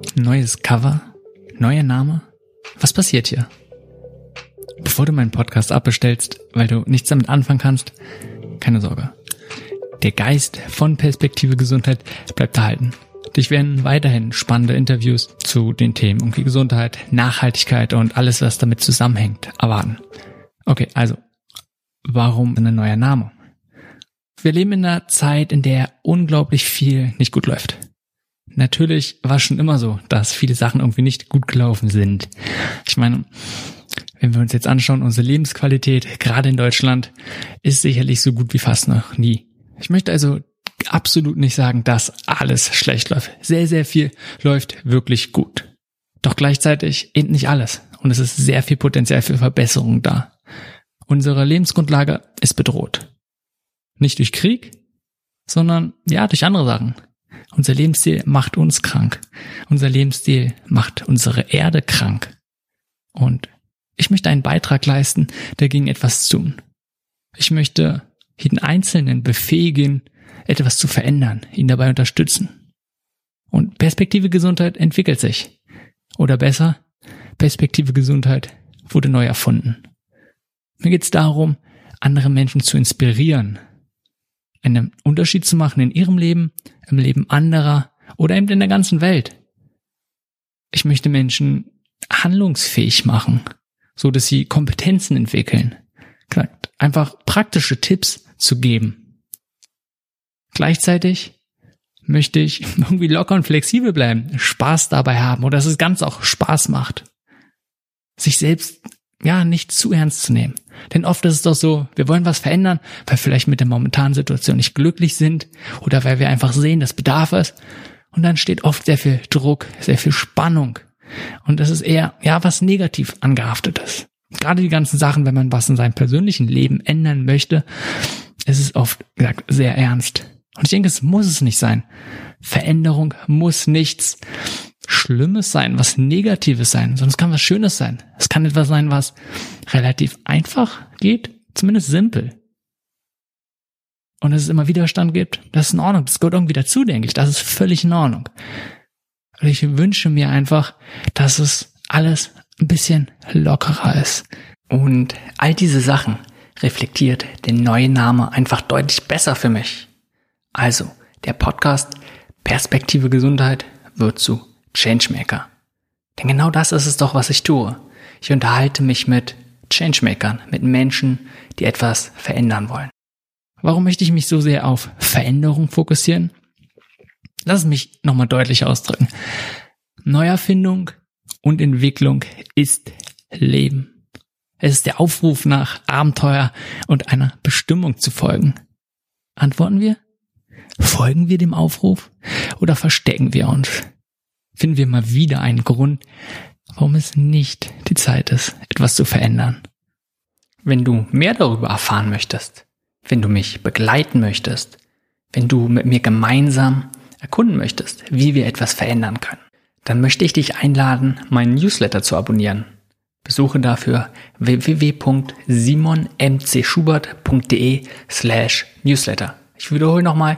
Neues Cover? Neuer Name? Was passiert hier? Bevor du meinen Podcast abbestellst, weil du nichts damit anfangen kannst, keine Sorge. Der Geist von Perspektive Gesundheit bleibt erhalten. Dich werden weiterhin spannende Interviews zu den Themen irgendwie Gesundheit, Nachhaltigkeit und alles, was damit zusammenhängt, erwarten. Okay, also, warum ein neuer Name? Wir leben in einer Zeit, in der unglaublich viel nicht gut läuft. Natürlich war es schon immer so, dass viele Sachen irgendwie nicht gut gelaufen sind. Ich meine, wenn wir uns jetzt anschauen, unsere Lebensqualität, gerade in Deutschland, ist sicherlich so gut wie fast noch nie. Ich möchte also absolut nicht sagen, dass alles schlecht läuft. Sehr, sehr viel läuft wirklich gut. Doch gleichzeitig eben nicht alles. Und es ist sehr viel Potenzial für Verbesserung da. Unsere Lebensgrundlage ist bedroht. Nicht durch Krieg, sondern ja durch andere Sachen. Unser Lebensstil macht uns krank. Unser Lebensstil macht unsere Erde krank. Und ich möchte einen Beitrag leisten, dagegen etwas tun. Ich möchte jeden Einzelnen befähigen, etwas zu verändern, ihn dabei unterstützen. Und Perspektive Gesundheit entwickelt sich. Oder besser, Perspektive Gesundheit wurde neu erfunden. Mir geht es darum, andere Menschen zu inspirieren, einen Unterschied zu machen in ihrem Leben, im Leben anderer oder eben in der ganzen Welt. Ich möchte Menschen handlungsfähig machen, so dass sie Kompetenzen entwickeln. Einfach praktische Tipps zu geben. Gleichzeitig möchte ich irgendwie locker und flexibel bleiben, Spaß dabei haben oder dass es ganz auch Spaß macht. Sich selbst nicht zu ernst zu nehmen. Denn oft ist es doch so, wir wollen was verändern, weil wir vielleicht mit der momentanen Situation nicht glücklich sind oder weil wir einfach sehen, dass Bedarf ist. Und dann steht oft sehr viel Druck, sehr viel Spannung. Und das ist eher, was negativ angehaftetes. Gerade die ganzen Sachen, wenn man was in seinem persönlichen Leben ändern möchte, ist es oft gesagt sehr ernst. Und ich denke, es muss es nicht sein. Veränderung muss nichts Schlimmes sein, was Negatives sein, sondern es kann was Schönes sein. Es kann etwas sein, was relativ einfach geht, zumindest simpel. Und dass es immer Widerstand gibt, das ist in Ordnung. Das gehört irgendwie dazu, denke ich. Das ist völlig in Ordnung. Und ich wünsche mir einfach, dass es alles ein bisschen lockerer ist. Und all diese Sachen reflektiert der neue Name einfach deutlich besser für mich. Also, der Podcast Perspektive Gesundheit wird zu Changemaker. Denn genau das ist es doch, was ich tue. Ich unterhalte mich mit Changemakern, mit Menschen, die etwas verändern wollen. Warum möchte ich mich so sehr auf Veränderung fokussieren? Lass es mich nochmal deutlich ausdrücken. Neuerfindung und Entwicklung ist Leben. Es ist der Aufruf nach Abenteuer und einer Bestimmung zu folgen. Antworten wir? Folgen wir dem Aufruf oder verstecken wir uns? Finden wir mal wieder einen Grund, warum es nicht die Zeit ist, etwas zu verändern. Wenn du mehr darüber erfahren möchtest, wenn du mich begleiten möchtest, wenn du mit mir gemeinsam erkunden möchtest, wie wir etwas verändern können, dann möchte ich dich einladen, meinen Newsletter zu abonnieren. Besuche dafür www.simonmcschubert.de/Newsletter. Ich wiederhole nochmal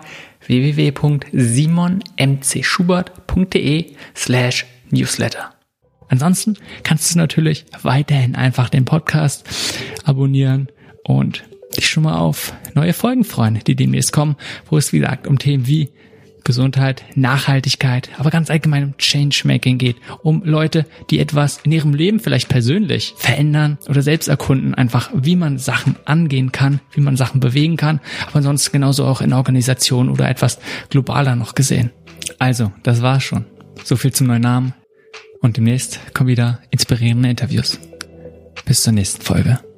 www.simonmcschubert.de/Newsletter. Ansonsten kannst du natürlich weiterhin einfach den Podcast abonnieren und dich schon mal auf neue Folgen freuen, die demnächst kommen, wo es wie gesagt um Themen wie Gesundheit, Nachhaltigkeit, aber ganz allgemein um Changemaking geht, um Leute, die etwas in ihrem Leben vielleicht persönlich verändern oder selbst erkunden, einfach wie man Sachen angehen kann, wie man Sachen bewegen kann, aber sonst genauso auch in Organisationen oder etwas globaler noch gesehen. Also, das war's schon. So viel zum neuen Namen und demnächst kommen wieder inspirierende Interviews. Bis zur nächsten Folge.